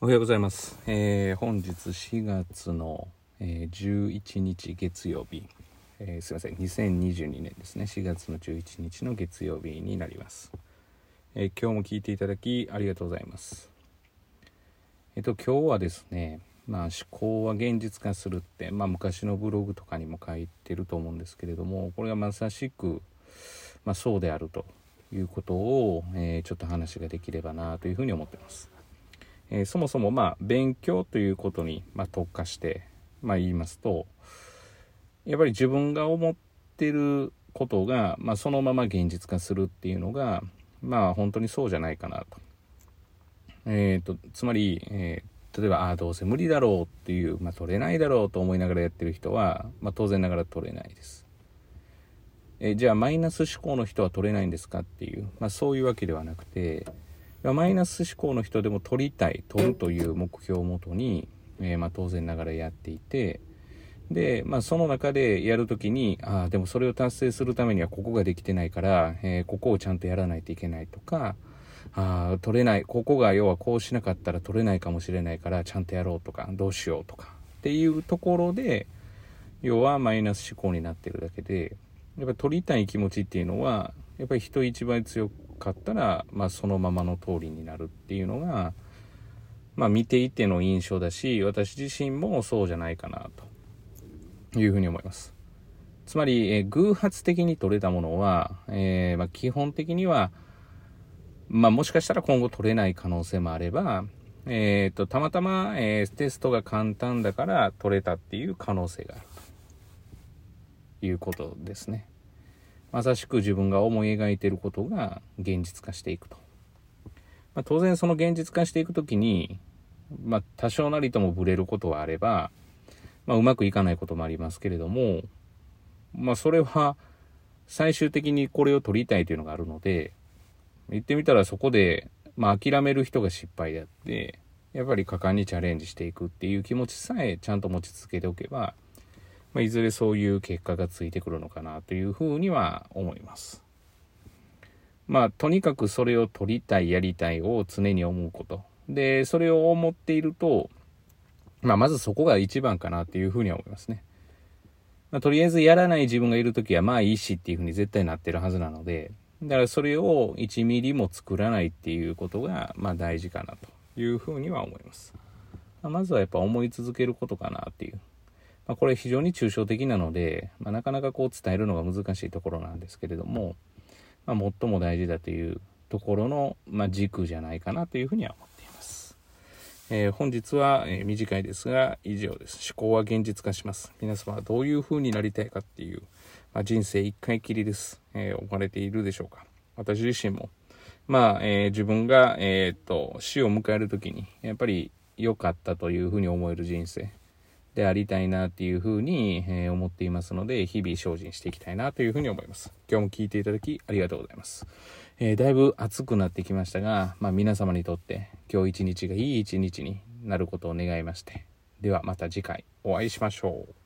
おはようございます。本日4月の、11日月曜日、すいません、2022年ですね、4月の11日の月曜日になります。今日も聞いていただきありがとうございます。今日はですね、思考は現実化するって、昔のブログとかにも書いてると思うんですけれども、これがまさしく、そうであるということを、ちょっと話ができればなというふうに思っています。そもそも勉強ということに特化して言いますと、やっぱり自分が思ってることがそのまま現実化するっていうのが本当にそうじゃないかなと。つまり、例えばどうせ無理だろうっていう、取れないだろうと思いながらやってる人は、当然ながら取れないです。じゃあマイナス思考の人は取れないんですかっていう、そういうわけではなくて、マイナス思考の人でも取るという目標をもとに、当然ながらやっていて、で、その中でやるときにでもそれを達成するためにはここができてないから、ここをちゃんとやらないといけないとか、取れない、ここが要はこうしなかったら取れないかもしれないからちゃんとやろうとか、どうしようとかっていうところで、要はマイナス思考になってるだけで、やっぱり取りたい気持ちっていうのはやっぱり人一倍強かったら、そのままの通りになるっていうのが、見ていての印象だし、私自身もそうじゃないかなというふうに思います。つまり、偶発的に取れたものは、基本的には、もしかしたら今後取れない可能性もあれば、たまたま、テストが簡単だから取れたっていう可能性があるということですね。まさしく自分が思い描いていることが現実化していくと。当然その現実化していくときに、多少なりともブレることはあれば、うまくいかないこともありますけれども、それは最終的にこれを取りたいというのがあるので、言ってみたらそこで、諦める人が失敗であって、やっぱり果敢にチャレンジしていくっていう気持ちさえちゃんと持ち続けておけば、いずれそういう結果がついてくるのかなというふうには思います。とにかくそれを取りたい、やりたいを常に思うこと。で、それを思っていると、まずそこが一番かなっていうふうには思いますね。とりあえずやらない自分がいるときはいいしっていうふうに絶対なってるはずなので、だからそれを1ミリも作らないっていうことが、大事かなというふうには思います。まずはやっぱ思い続けることかなっていう。これ非常に抽象的なので、なかなか伝えるのが難しいところなんですけれども、最も大事だというところの、軸じゃないかなというふうには思っています。本日は、短いですが以上です。思考は現実化します。皆様はどういうふうになりたいかっていう、人生一回きりです。置かれているでしょうか。私自身も、自分が、死を迎えるときにやっぱり良かったというふうに思える人生でありたいなっていうふうに思っていますので、日々精進していきたいなというふうに思います。今日も聞いていただきありがとうございます。だいぶ暑くなってきましたが、皆様にとって今日一日がいい一日になることを願いまして、ではまた次回お会いしましょう。